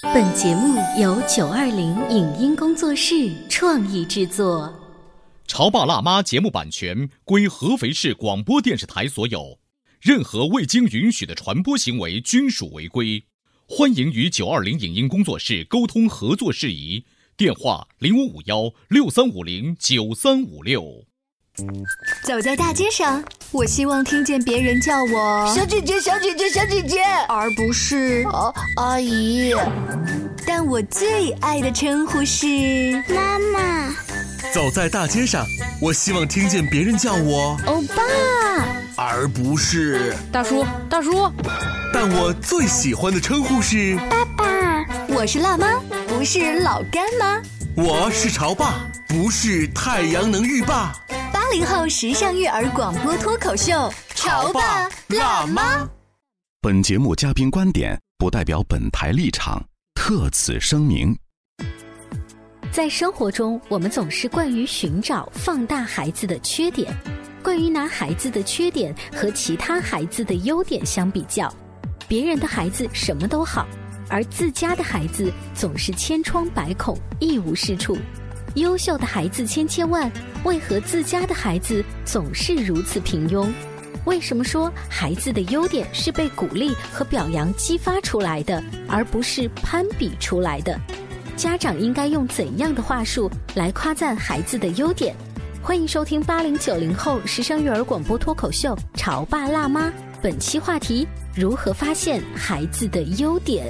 本节目由920影音工作室创意制作。 潮爸辣妈节目版权归合肥市广播电视台所有，任何未经允许的传播行为均属违规。欢迎与920影音工作室沟通合作事宜，电话055163509356。 走在大街上，我希望听见别人叫我小姐姐小姐姐小姐姐， 而不是阿姨。 但我最爱的称呼是妈妈。 走在大街上，我希望听见别人叫我欧巴， 而不是大叔大叔。 但我最喜欢的称呼是爸爸。 我是辣妈，不是老干妈。 我是潮爸，不是太阳能浴霸。 80后时尚育儿广播脱口秀，潮爸辣妈。 本节目嘉宾观点不代表本台立场，特此声明。 在生活中，我们总是惯于寻找、放大孩子的缺点，惯于拿孩子的缺点和其他孩子的优点相比较。别人的孩子什么都好，而自家的孩子总是千疮百孔，一无是处。优秀的孩子千千万，为何自家的孩子总是如此平庸？为什么说孩子的优点是被鼓励和表扬激发出来的，而不是攀比出来的？家长应该用怎样的话术来夸赞孩子的优点？欢迎收听80、90后时尚育儿广播脱口秀《潮爸辣妈》，本期话题：如何发现孩子的优点？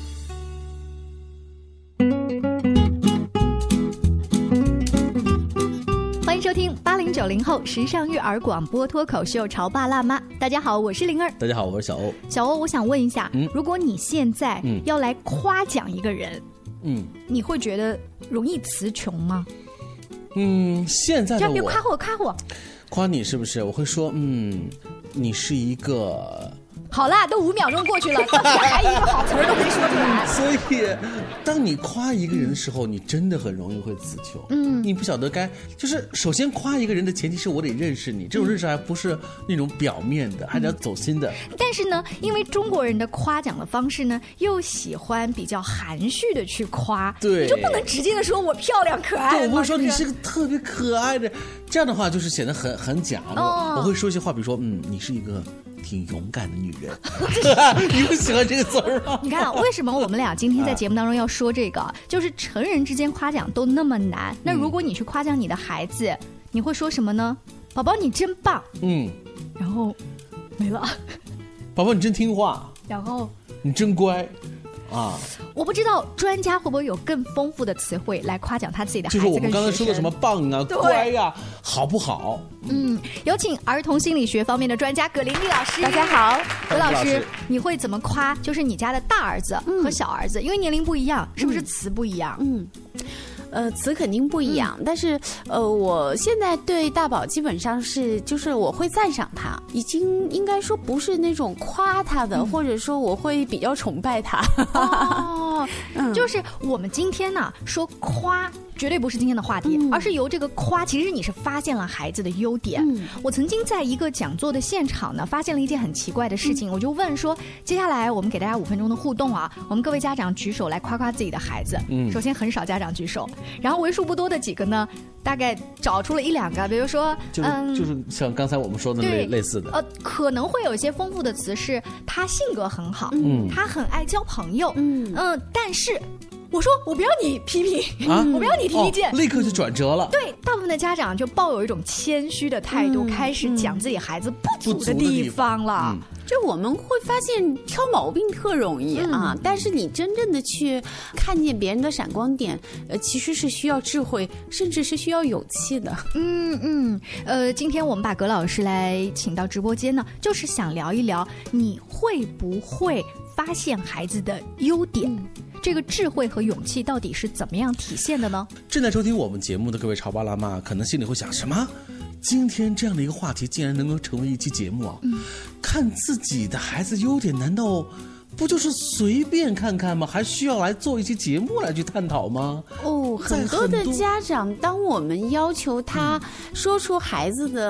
欢迎收听80、90后时尚育儿广播脱口秀《潮爸辣妈》。大家好，我是灵儿。 大家好，我是小欧。 小欧，我想问一下，如果你现在要来夸奖一个人，你会觉得容易词穷吗？ 现在的我， 这样别夸我，夸我， 夸你是不是？我会说，你是一个。 好啦，都5秒钟过去了，到底还一个好词儿都没说出来。 所以，当你夸一个人的时候，你真的很容易会词穷。你不晓得就是首先夸一个人的前提是我得认识你，这种认识还不是那种表面的，还得要走心的。 但是呢，因为中国人的夸奖的方式呢，又喜欢比较含蓄的去夸， 对， 你就不能直接的说我漂亮可爱。 对，我不会说你是个特别可爱的，这样的话就是显得很假。我会说一些话，比如说，你是一个挺勇敢的女人。你不喜欢这个词儿吗？ 你看，为什么我们俩今天在节目当中要说这个？就是成人之间夸奖都那么难，那如果你去夸奖你的孩子，你会说什么呢？宝宝你真棒。然后没了。 宝宝你真听话。 然后你真乖。 我不知道专家会不会有更丰富的词汇来夸奖他自己的孩子跟学生。 就是我们刚才说的什么棒啊、乖啊，好不好？ 有请儿童心理学方面的专家葛玲丽老师。 大家好。 葛老师，你会怎么夸？就是你家的大儿子和小儿子，因为年龄不一样，是不是词不一样？ 词肯定不一样，但是我现在对大宝基本上是，就是我会赞赏他，已经应该说不是那种夸他的，或者说我会比较崇拜他。 就是我们今天呢说夸，绝对不是今天的话题，而是由这个夸，其实你是发现了孩子的优点。我曾经在一个讲座的现场呢，发现了一件很奇怪的事情，我就问说，接下来我们给大家5分钟的互动啊，我们各位家长举手来夸夸自己的孩子。首先很少家长举手，然后为数不多的几个呢，大概找出了1、2个，比如说， 就是像刚才我们说的类似的， 可能会有一些丰富的词是他性格很好，他很爱交朋友，但是我说我不要你批评我不要你提意见， 立刻就转折了。 对，大部分的家长就抱有一种谦虚的态度，开始讲自己孩子不足的地方了。 就我们会发现挑毛病特容易但是你真正的去看见别人的闪光点，其实是需要智慧，甚至是需要勇气的。 今天我们把葛老师来请到直播间呢，就是想聊一聊你会不会发现孩子的优点。这个智慧和勇气到底是怎么样体现的呢？ 正在收听我们节目的各位潮爸辣妈，可能心里会想，什么？今天这样的一个话题竟然能够成为一期节目啊！看自己的孩子优点，难道不就是随便看看吗？还需要来做一期节目来去探讨吗？ 很多的家长，当我们要求他说出孩子的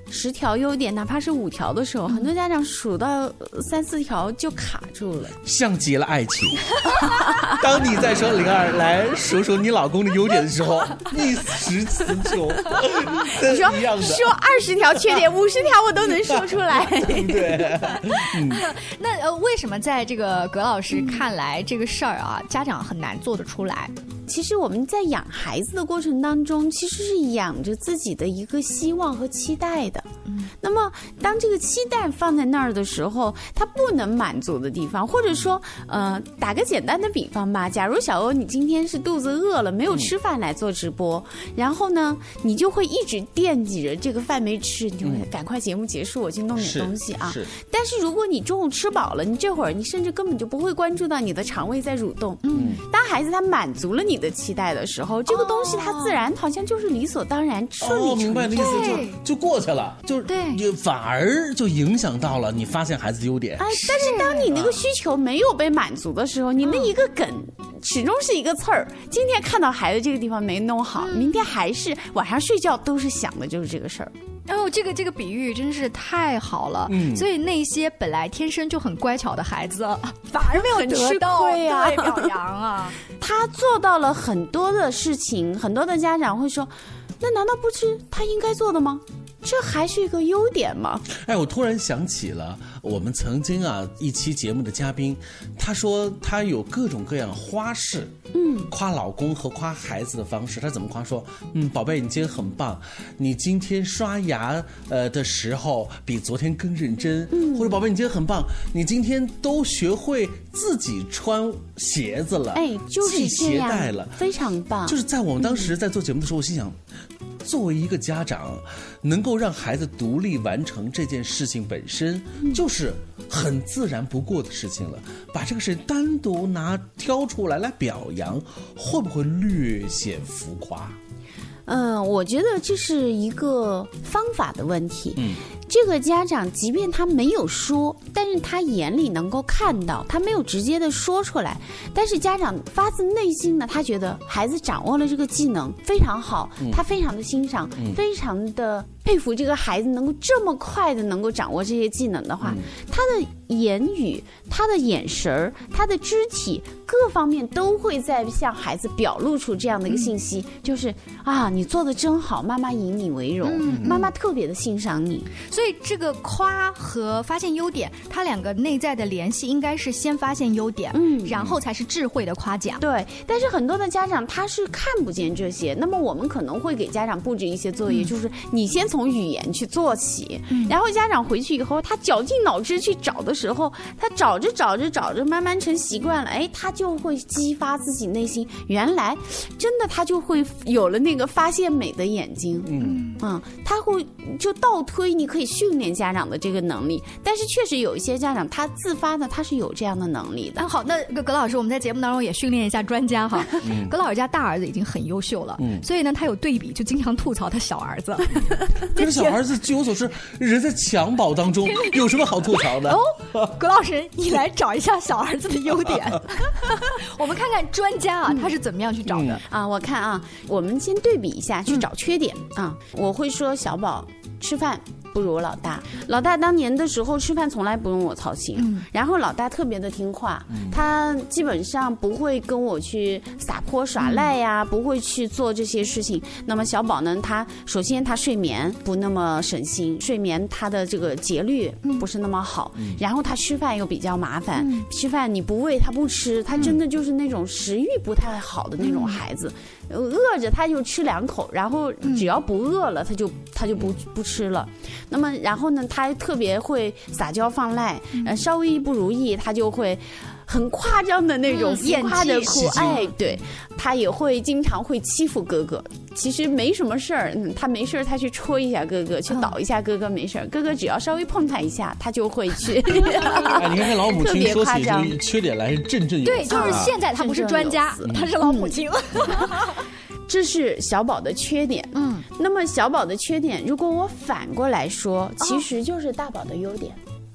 10条优点，哪怕是5条的时候，很多家长数到3、4条就卡住了， 像极了爱情。当你在说02来数数你老公的优点的时候，一时词穷。 你说20条缺点，50条我都能说出来。 对。 那为什么在这个葛老师看来，这个事儿啊，家长很难做得出来？ 其实我们在养孩子的过程当中，其实是养着自己的一个希望和期待的。那么当这个期待放在那儿的时候，它不能满足的地方，或者说打个简单的比方吧，假如小欧你今天是肚子饿了，没有吃饭来做直播，然后呢你就会一直惦记着这个饭没吃，你就会赶快节目结束我去弄点东西啊。但是如果你中午吃饱了，你这会儿你甚至根本就不会关注到你的肠胃在蠕动。当孩子他满足了你的期待的时候，这个东西它自然好像就是理所当然顺理成章。 明白的意思就过去了，就反而就影响到了你发现孩子的优点。 但是当你那个需求没有被满足的时候，你那一个梗始终是一个刺儿。今天看到孩子这个地方没弄好，明天还是晚上睡觉都是想的就是这个事儿。 这个比喻真是太好了。所以那些本来天生就很乖巧的孩子，反而没有得到对表扬啊。 他做到了很多的事情，很多的家长会说，那难道不吃他应该做的吗？这还是一个优点吗？ 我突然想起了我们曾经一期节目的嘉宾，他说他有各种各样花式，夸老公和夸孩子的方式。他怎么夸？说，宝贝，你今天很棒，你今天刷牙的时候比昨天更认真，或者宝贝，你今天很棒，你今天都学会自己穿鞋子了， 就是系鞋带了， 非常棒。 就是在我们当时在做节目的时候，我心想，作为一个家长，能够让孩子独立完成这件事情本身，就是很自然不过的事情了。把这个事单独挑出来表扬，会不会略显浮夸？ 我觉得这是一个方法的问题。这个家长即便他没有说，但是他眼里能够看到，他没有直接的说出来，但是家长发自内心的，他觉得孩子掌握了这个技能非常好，他非常的欣赏，非常的佩服这个孩子能够这么快的能够掌握这些技能的话，他的言语、他的眼神、他的肢体各方面都会在向孩子表露出这样的一个信息，就是你做的真好，妈妈以你为荣，妈妈特别的欣赏你。 所以这个夸和发现优点，它两个内在的联系应该是先发现优点，然后才是智慧的夸奖。 对，但是很多的家长他是看不见这些，那么我们可能会给家长布置一些作业，就是你先从语言去做起，然后家长回去以后，他绞尽脑汁去找的时候，他找着，慢慢成习惯了，他就会激发自己内心，原来真的他就会有了那个发现美的眼睛。他会就倒推，你可以训练家长的这个能力，但是确实有一些家长他自发的他是有这样的能力的。 好，那葛老师，我们在节目当中也训练一下专家哈。葛老师家大儿子已经很优秀了，所以呢，他有对比，就经常吐槽他小儿子。 这个小儿子据我所知，人在襁褓当中，有什么好吐槽的？ 葛老师，你来找一下小儿子的优点。我们看看专家他是怎么样去找的我看我们先对比一下，去找缺点我会说小宝吃饭不如老大。老大当年的时候吃饭从来不用我操心，然后老大特别的听话，他基本上不会跟我去撒泼耍赖呀，不会去做这些事情。那么小宝呢，他首先他睡眠不那么省心，睡眠他的这个节律不是那么好，然后他吃饭又比较麻烦，吃饭你不喂他不吃，他真的就是那种食欲不太好的那种孩子。饿着他就吃2口，然后只要不饿了，他就不吃了。那么然后呢，他特别会撒娇放赖，稍微一不如意，他就会很夸张的那种浮夸的哭，对，他也会经常会欺负哥哥。其实没什么事儿，他没事儿，他去戳一下哥哥，去捣一下哥哥，没事儿。哥哥只要稍微碰他一下，他就会去。你看老母亲说起这个缺点来是振振有词。 对，就是现在他不是专家，他是老母亲。 这是小宝的缺点。那么小宝的缺点，如果我反过来说，其实就是大宝的优点。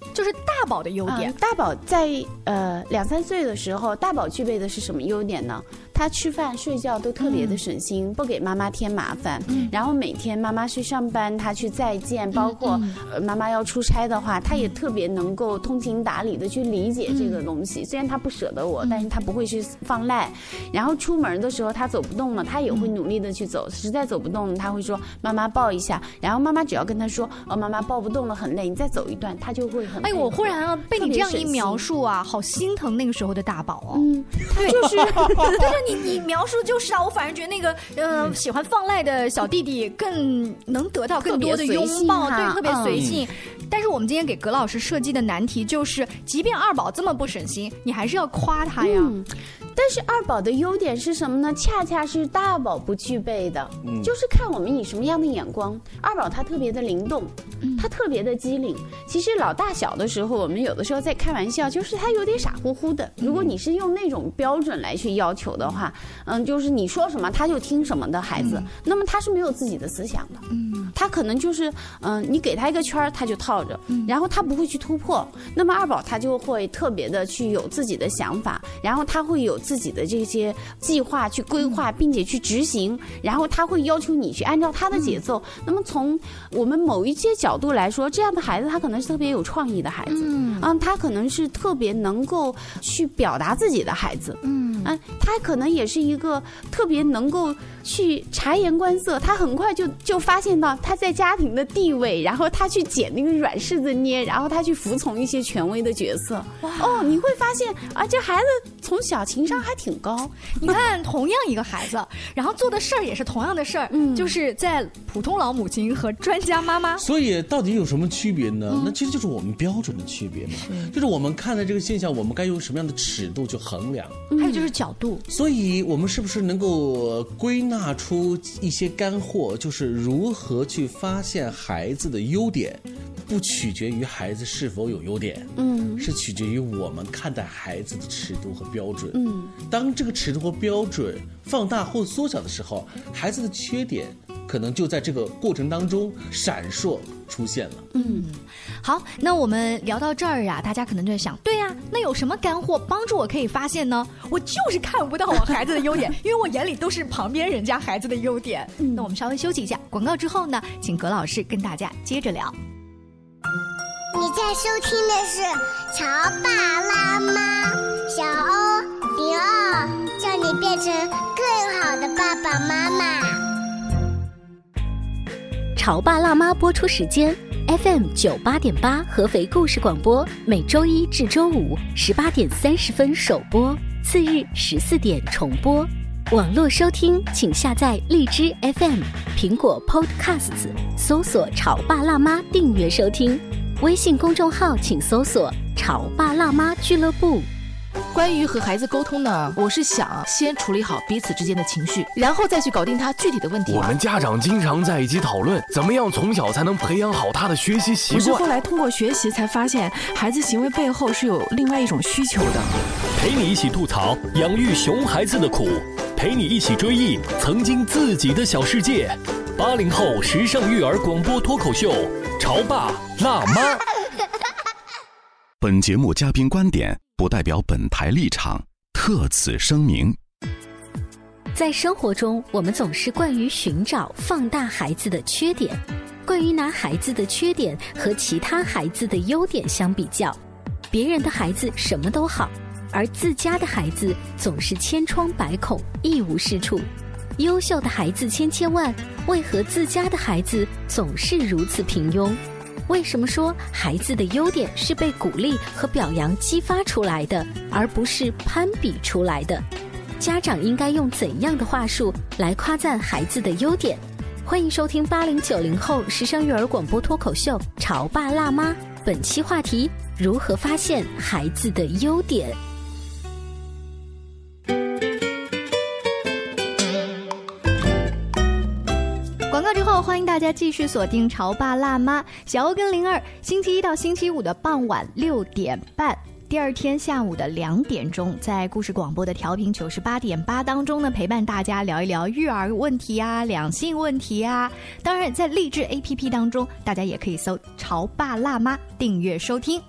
就是大宝的优点。 大宝在2-3岁的时候，大宝具备的是什么优点呢？他吃饭睡觉都特别的省心，不给妈妈添麻烦。然后每天妈妈去上班，他去再见，包括妈妈要出差的话，他也特别能够通情达理的去理解这个东西。虽然他不舍得我，但是他不会去放赖。然后出门的时候他走不动了，他也会努力的去走。实在走不动了，他会说妈妈抱一下。然后妈妈只要跟他说妈妈抱不动了，很累，你再走一段，他就会很。 我忽然被你这样一描述啊，好心疼那个时候的大宝哦。 他就是你描述就是啊，我反而觉得那个喜欢放赖的小弟弟更能得到更多的拥抱，对，特别随性。但是我们今天给葛老师设计的难题就是，即便二宝这么不省心，你还是要夸他呀。 但是二宝的优点是什么呢？恰恰是大宝不具备的，就是看我们以什么样的眼光。二宝他特别的灵动，他特别的机灵。其实老大小的时候，我们有的时候在开玩笑，就是他有点傻乎乎的。如果你是用那种标准来去要求的话，就是你说什么他就听什么的孩子，那么他是没有自己的思想的。他可能就是你给他一个圈他就套着，然后他不会去突破。那么二宝他就会特别的去有自己的想法，然后他会有自己的这些计划去规划，并且去执行，然后他会要求你去按照他的节奏。那么从我们某一些角度来说，这样的孩子他可能是特别有创意的孩子，他可能是特别能够去表达自己的孩子，他可能也是一个特别能够去察言观色，他很快就发现到他在家庭的地位，然后他去捡那个软柿子捏，然后他去服从一些权威的角色。你会发现这孩子从小情商还挺高。 你看，同样一个孩子，然后做的事儿也是同样的事儿，就是在普通老母亲和专家妈妈。 所以到底有什么区别呢？那其实就是我们标准的区别嘛，就是我们看待这个现象，我们该用什么样的尺度去衡量， 还有就是角度。 所以我们是不是能够归纳出一些干货，就是如何去发现孩子的优点，不取决于孩子是否有优点，是取决于我们看待孩子的尺度和标准。当这个尺度和标准放大或缩小的时候，孩子的缺点可能就在这个过程当中闪烁出现了。 好，那我们聊到这儿啊，大家可能就在想，对呀，那有什么干货帮助我可以发现呢？我就是看不到我孩子的优点，因为我眼里都是旁边人家孩子的优点。那我们稍微休息一下，广告之后呢，请葛老师跟大家接着聊。 你在收听的是《潮爸辣妈》，小欧02，叫你变成更好的爸爸妈妈。 潮爸辣妈播出时间 FM 98.8合肥故事广播，每周一至周五18点30分首播，次日14点重播。网络收听请下载荔枝 FM、苹果 Podcasts， 搜索潮爸辣妈订阅收听。微信公众号请搜索潮爸辣妈俱乐部。 关于和孩子沟通呢，我是想先处理好彼此之间的情绪，然后再去搞定他具体的问题。 我们家长经常在一起讨论，怎么样从小才能培养好他的学习习惯。 我是后来通过学习才发现，孩子行为背后是有另外一种需求的。 陪你一起吐槽养育熊孩子的苦，陪你一起追忆曾经自己的小世界。80后时尚育儿广播脱口秀，潮爸辣妈。 本节目嘉宾观点不代表本台立场，特此声明。 在生活中，我们总是惯于寻找、放大孩子的缺点，惯于拿孩子的缺点和其他孩子的优点相比较。别人的孩子什么都好，而自家的孩子总是千疮百孔，一无是处。优秀的孩子千千万，为何自家的孩子总是如此平庸？为什么说孩子的优点是被鼓励和表扬激发出来的，而不是攀比出来的？家长应该用怎样的话术来夸赞孩子的优点？欢迎收听80、90后时尚育儿广播脱口秀《潮爸辣妈》，本期话题：如何发现孩子的优点？ 广告之后，欢迎大家继续锁定潮爸辣妈，小欧跟02，星期一到星期五的傍晚6点半，第二天下午的2点钟，在故事广播的调频98.8当中呢，陪伴大家聊一聊育儿问题啊、两性问题啊。当然，在励志 APP 当中，大家也可以搜潮爸辣妈订阅收听。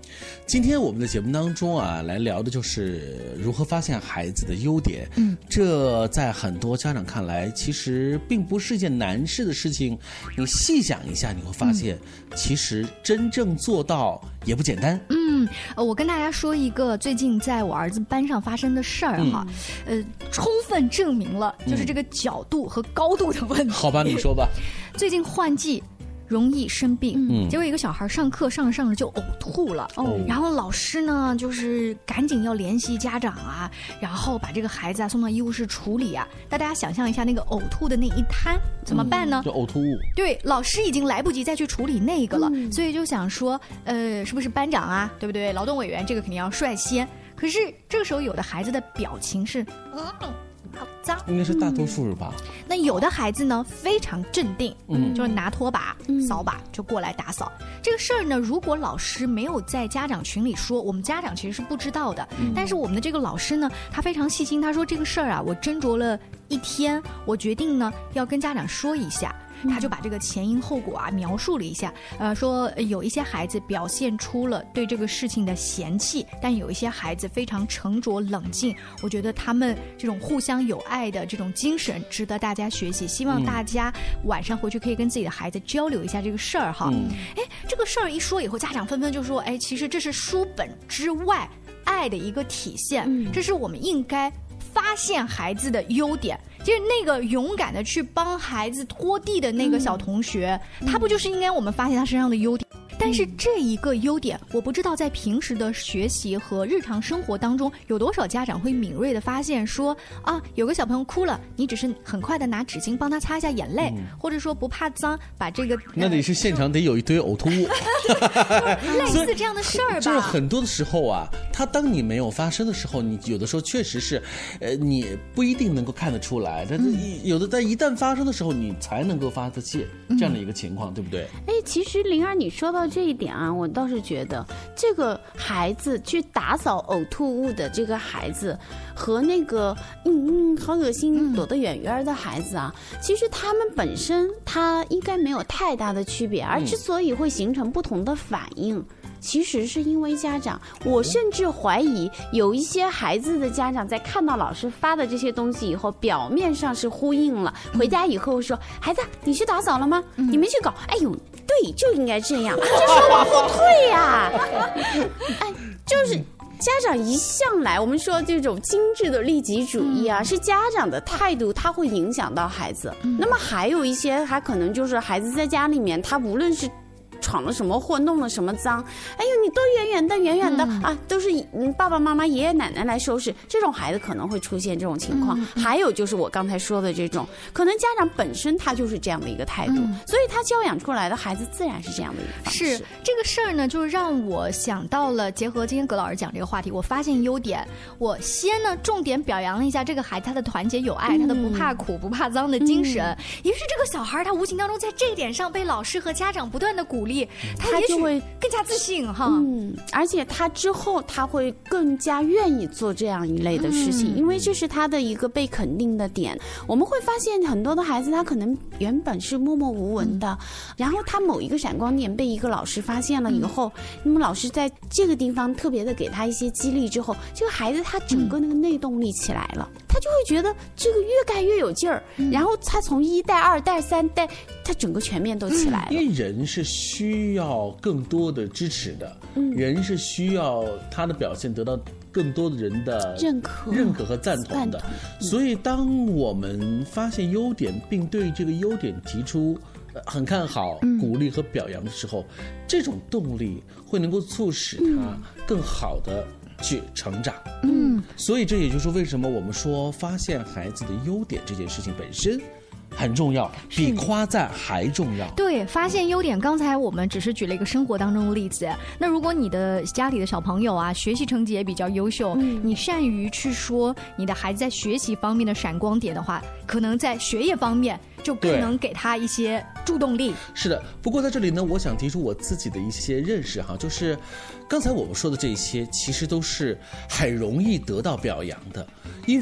今天我们的节目当中啊，来聊的就是如何发现孩子的优点。这在很多家长看来，其实并不是一件难事的事情。你细想一下，你会发现，其实真正做到也不简单。 我跟大家说一个最近在我儿子班上发生的事儿哈，充分证明了就是这个角度和高度的问题。 好吧，你说吧。 最近换季。容易生病，结果一个小孩上课上着就呕吐了，然后老师呢就是赶紧要联系家长啊，然后把这个孩子送到医务室处理啊。大家想象一下那个呕吐的那一滩怎么办呢？ 就呕吐物。 对，老师已经来不及再去处理那个了，所以就想说，是不是班长啊，对不对？劳动委员这个肯定要率先。可是这个时候有的孩子的表情是，好脏， 应该是大多数吧。 那有的孩子呢非常镇定，就是拿拖把、扫把就过来打扫。这个事儿呢，如果老师没有在家长群里说，我们家长其实是不知道的。但是我们的这个老师呢，他非常细心，他说这个事儿啊，我斟酌了1天，我决定呢要跟家长说一下。他就把这个前因后果啊描述了一下，说有一些孩子表现出了对这个事情的嫌弃，但有一些孩子非常沉着冷静。我觉得他们这种互相友爱的这种精神值得大家学习，希望大家晚上回去可以跟自己的孩子交流一下这个事儿哈。这个事儿一说以后，家长纷纷就说，其实这是书本之外爱的一个体现，这是我们应该发现孩子的优点。就是那个勇敢的去帮孩子拖地的那个小同学，他不就是应该我们发现他身上的优点？但是这一个优点，我不知道在平时的学习和日常生活当中，有多少家长会敏锐的发现说，有个小朋友哭了，你只是很快的拿纸巾帮他擦一下眼泪，或者说不怕脏，把这个那得是现场得有一堆呕吐物， 类似这样的事儿吧。 就是很多的时候啊，当你没有发生的时候，你有的时候确实是，你不一定能够看得出来，但是有的在一旦发生的时候，你才能够发得现这样的一个情况，对不对？ 其实灵儿你说到这一点啊，我倒是觉得这个孩子去打扫呕吐物的这个孩子和那个好恶心躲得远远的孩子啊，其实他们本身他应该没有太大的区别，而之所以会形成不同的反应，其实是因为家长。我甚至怀疑有一些孩子的家长在看到老师发的这些东西以后，表面上是呼应了，回家以后说，孩子你去打扫了吗？你没去搞，哎呦对，就应该这样，这是往后退呀。就是家长一向来，我们说这种精致的利己主义啊，是家长的态度，它会影响到孩子。那么还有一些，还可能就是孩子在家里面，他无论是闯了什么祸，弄了什么脏，哎呦，你都远远的啊，都是爸爸妈妈、爷爷奶奶来收拾。这种孩子可能会出现这种情况。还有就是我刚才说的这种，可能家长本身他就是这样的一个态度，所以他教养出来的孩子自然是这样的一个方式。 是这个事儿呢，就让我想到了，结合今天葛老师讲这个话题，我发现优点，我先呢重点表扬了一下这个孩子他的团结友爱，他的不怕苦不怕脏的精神。于是这个小孩他无形当中在这一点上被老师和家长不断的鼓励，他就会更加自信哈。 而且他之后他会更加愿意做这样一类的事情，因为这是他的一个被肯定的点。我们会发现很多的孩子他可能原本是默默无闻的，然后他某一个闪光点被一个老师发现了以后，那么老师在这个地方特别的给他一些激励之后，这个孩子他整个那个内动力起来了，他就会觉得这个越干越有劲儿，然后他从1代、2代、3代，他整个全面都起来了。 因为人是需要更多的支持的，人是需要他的表现得到更多的人的认可和赞同的。所以当我们发现优点并对这个优点提出很看好、鼓励和表扬的时候，这种动力会能够促使他更好的去成长。所以这也就是为什么我们说发现孩子的优点这件事情本身很重要，比夸赞还重要。 对，发现优点，刚才我们只是举了一个生活当中的例子。那如果你的家里的小朋友啊，学习成绩也比较优秀，你善于去说你的孩子在学习方面的闪光点的话，可能在学业方面就更能给他一些助动力。是的，不过在这里呢，我想提出我自己的一些认识哈，就是刚才我们说的这些，其实都是很容易得到表扬的，因为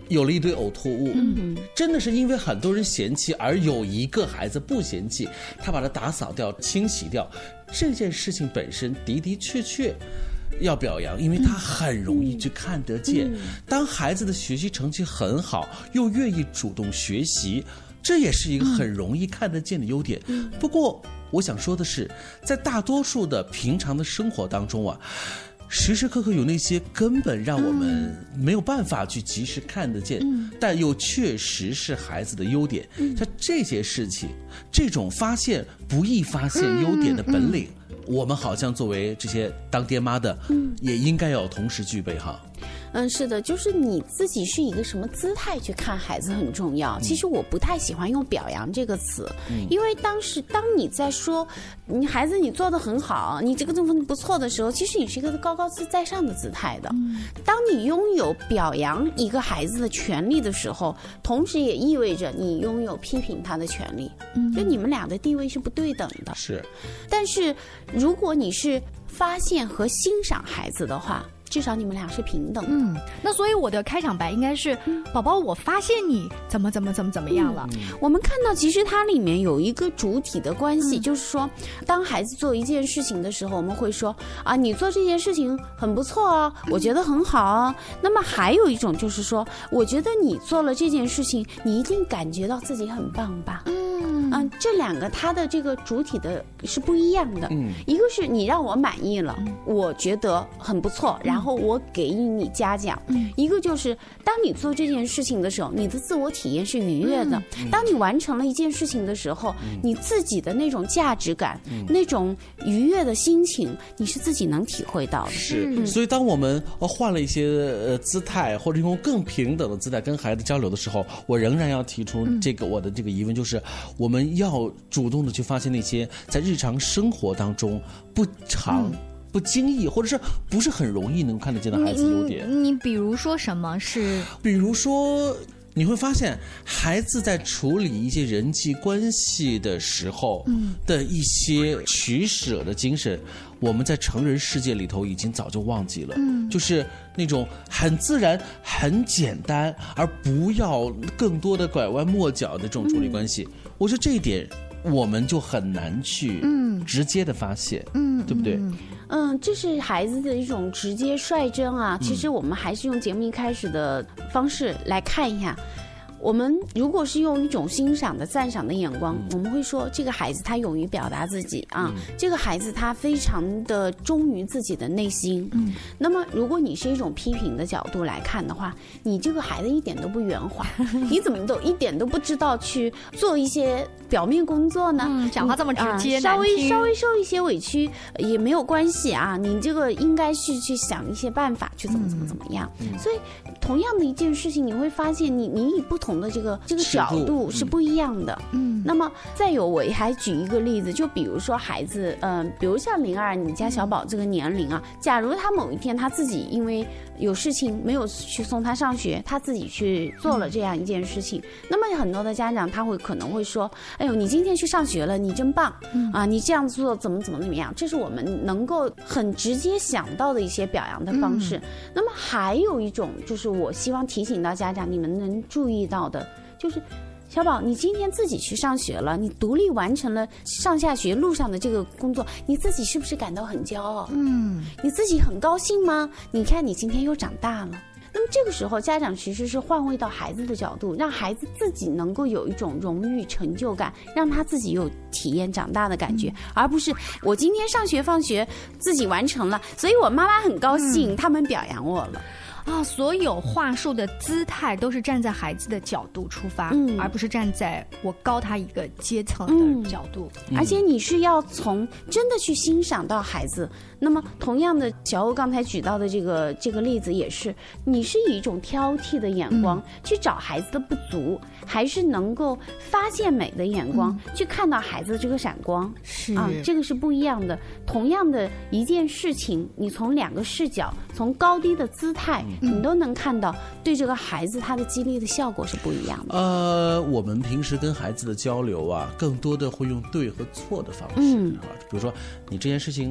有了一堆呕吐物，真的是因为很多人嫌弃，而有一个孩子不嫌弃，他把它打扫掉、清洗掉，这件事情本身的的确确要表扬，因为他很容易去看得见。当孩子的学习成绩很好，又愿意主动学习，这也是一个很容易看得见的优点。不过我想说的是，在大多数的平常的生活当中啊，时时刻刻有那些根本让我们没有办法去及时看得见，但又确实是孩子的优点。像这些事情，这种发现不易发现优点的本领，我们好像作为这些当爹妈的，也应该要同时具备哈。 是的，就是你自己是一个什么姿态去看孩子很重要。其实我不太喜欢用表扬这个词，因为当你在说你孩子你做得很好，你这个东西不错的时候，其实你是一个高高在上的姿态的。当你拥有表扬一个孩子的权利的时候，同时也意味着你拥有批评他的权利。就你们俩的地位是不对等的。 是， 但是如果你是发现和欣赏孩子的话，至少你们俩是平等的。 那所以我的开场白应该是宝宝我发现你怎么样了。 我们看到其实它里面有一个主体的关系，就是说当孩子做一件事情的时候，我们会说啊，你做这件事情很不错啊，我觉得很好啊。那么还有一种就是说，我觉得你做了这件事情，你一定感觉到自己很棒吧。这两个它的这个主体的是不一样的。一个是你让我满意了，我觉得很不错，然后我给予你嘉奖。一个就是当你做这件事情的时候，你的自我体验是愉悦的。当你完成了一件事情的时候，你自己的那种价值感，那种愉悦的心情，你是自己能体会到的。 是，所以当我们换了一些姿态，或者用更平等的姿态跟孩子交流的时候，我仍然要提出我的这个疑问，就是我们要主动的去发现那些在日常生活当中不经意，或者是不是很容易能看得见的孩子优点。 你比如说什么是？ 比如说你会发现孩子在处理一些人际关系的时候的一些取舍的精神，我们在成人世界里头已经早就忘记了。就是那种很自然很简单，而不要更多的拐弯抹角的这种处理关系。我觉得这一点我们就很难去直接的发现，对不对？ 这是孩子的一种直接率真啊。其实我们还是用节目一开始的方式来看一下。我们如果是用一种欣赏的赞赏的眼光，我们会说这个孩子他勇于表达自己啊，这个孩子他非常的忠于自己的内心。那么如果你是一种批评的角度来看的话，你这个孩子一点都不圆滑，你怎么都一点都不知道去做一些表面工作呢？ 讲话这么直接， 稍微受一些委屈也没有关系啊，你这个应该是去想一些办法去怎么样。所以同样的一件事情，你会发现你以不同的这个角度是不一样的。那么再有，我还举一个例子，就比如说孩子，比如像02你家小宝这个年龄啊，假如他某一天他自己因为有事情没有去送他上学，他自己去做了这样一件事情，那么很多的家长他可能会说，哎呦，你今天去上学了，你真棒啊，你这样做怎么样，这是我们能够很直接想到的一些表扬的方式。那么还有一种就是我希望提醒到家长你们能注意到的，就是小宝，你今天自己去上学了，你独立完成了上下学路上的这个工作，你自己是不是感到很骄傲？你自己很高兴吗？你看你今天又长大了。那么这个时候家长其实是换位到孩子的角度，让孩子自己能够有一种荣誉成就感，让他自己有体验长大的感觉，而不是我今天上学放学自己完成了，所以我妈妈很高兴，他们表扬我了。 所有话术的姿态都是站在孩子的角度出发，而不是站在我高他一个阶层的角度。 而且你是要从真的去欣赏到孩子。那么同样的，小欧刚才举到的这个例子也是，你是以一种挑剔的眼光去找孩子的不足，还是能够发现美的眼光去看到孩子的这个闪光？这个是不一样的。同样的一件事情，你从两个视角，从高低的姿态，你都能看到对这个孩子他的激励的效果是不一样的。 我们平时跟孩子的交流啊，更多的会用对和错的方式比如说你这件事情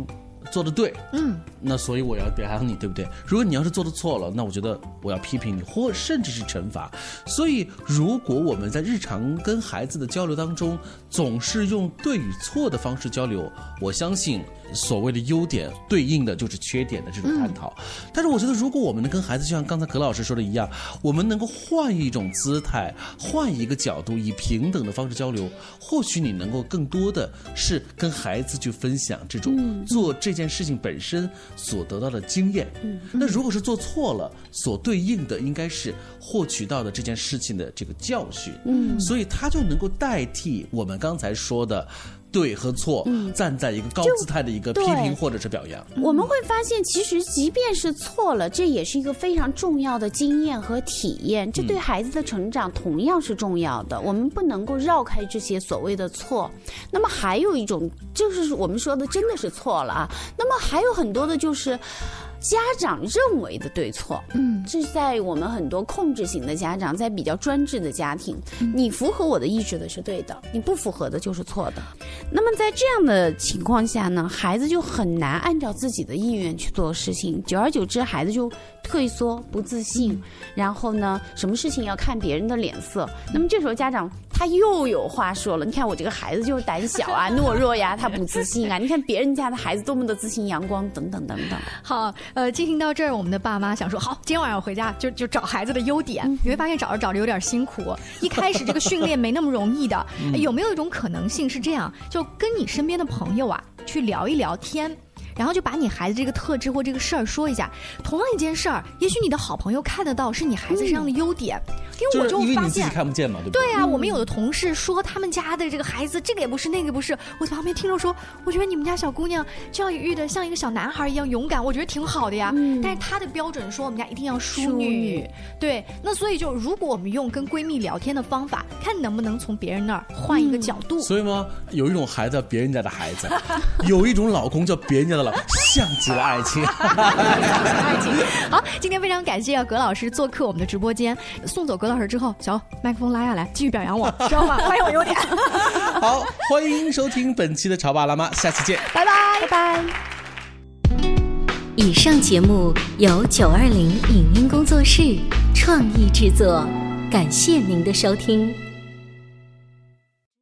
做的对，那所以我要表扬你，对不对？如果你要是做的错了，那我觉得我要批评你，或甚至是惩罚。所以如果我们在日常跟孩子的交流当中，总是用对与错的方式交流，我相信所谓的优点对应的就是缺点的这种探讨。但是我觉得如果我们能跟孩子就像刚才葛老师说的一样，我们能够换一种姿态，换一个角度，以平等的方式交流，或许你能够更多的是跟孩子去分享这种做这件事情本身所得到的经验。那如果是做错了，所对应的应该是获取到的这件事情的这个教训。所以它就能够代替我们刚才说的对和错，站在一个高姿态的一个批评或者是表扬。 我们会发现其实即便是错了，这也是一个非常重要的经验和体验，这对孩子的成长同样是重要的。我们不能够绕开这些所谓的错。那么还有一种就是我们说的真的是错了啊，那么还有很多的就是家长认为的对错，这是在我们很多控制型的家长，在比较专制的家庭，你符合我的意志的是对的，你不符合的就是错的。那么在这样的情况下呢，孩子就很难按照自己的意愿去做事情，久而久之孩子就退缩不自信，然后呢什么事情要看别人的脸色。那么这时候家长他又有话说了，你看我这个孩子就是胆小啊懦弱呀，他不自信啊，你看别人家的孩子多么的自信阳光等等等等。 好，进行到这儿，我们的爸妈想说，好，今天晚上回家就找孩子的优点，你会发现找着有点辛苦，一开始这个训练没那么容易的。有没有一种可能性是这样，就跟你身边的朋友啊去聊一聊天，然后就把你孩子这个特质或这个事儿说一下。同样一件事儿，也许你的好朋友看得到是你孩子身上的优点，因为我就发现， 因为你自己看不见嘛，对不对？ 对啊，我们有的同事说他们家的这个孩子这个也不是那个不是，我在旁边听着说，我觉得你们家小姑娘教育的像一个小男孩一样勇敢，我觉得挺好的呀。但是他的标准说我们家一定要淑女，对，那所以就如果我们用跟闺蜜聊天的方法，看能不能从别人那儿换一个角度。 所以嘛，有一种孩子别人家的孩子，有一种老公叫别人家的老公，像极了爱情。 爱情。好，今天非常感谢葛老师做客我们的直播间。送走葛老师之后，小麦克风拉下来，继续表扬我，知道吗？发现我优点。 好，欢迎收听本期的潮爸辣妈，下期见， 拜拜，拜拜。 以上节目由920影音工作室创意制作，感谢您的收听。